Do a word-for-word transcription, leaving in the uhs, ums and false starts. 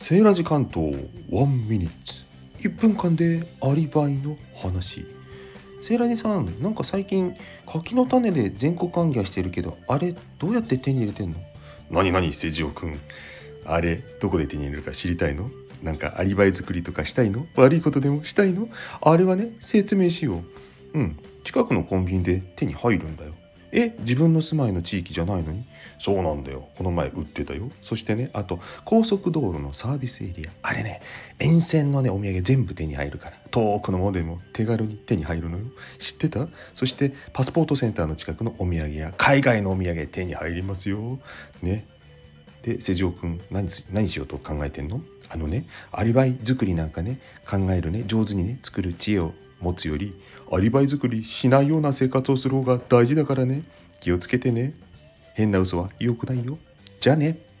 セーラジ関東ワンミニッツいっぷんかんでアリバイの話。セーラジさん、なんか最近柿の種で全国歓迎してるけど、あれどうやって手に入れてんの？なになにセジオくん、あれどこで手に入れるか知りたいの？なんかアリバイ作りとかしたいの？悪いことでもしたいの？あれはね、説明しよう。うん近くのコンビニで手に入るんだよ。え、自分の住まいの地域じゃないのに？そうなんだよ、この前売ってたよ。そしてね、あと高速道路のサービスエリア、あれね、沿線のねお土産全部手に入るから、遠くのものでも手軽に手に入るのよ。知ってた？そしてパスポートセンターの近くのお土産や海外のお土産手に入りますよね。で、瀬尾くん、何何しようと考えてんの？あのね、アリバイ作りなんかね、考えるね、上手にね作る知恵を持つより、アリバイ作りしないような生活をする方が大事だからね。気をつけてね。変な嘘は良くないよ。じゃあね。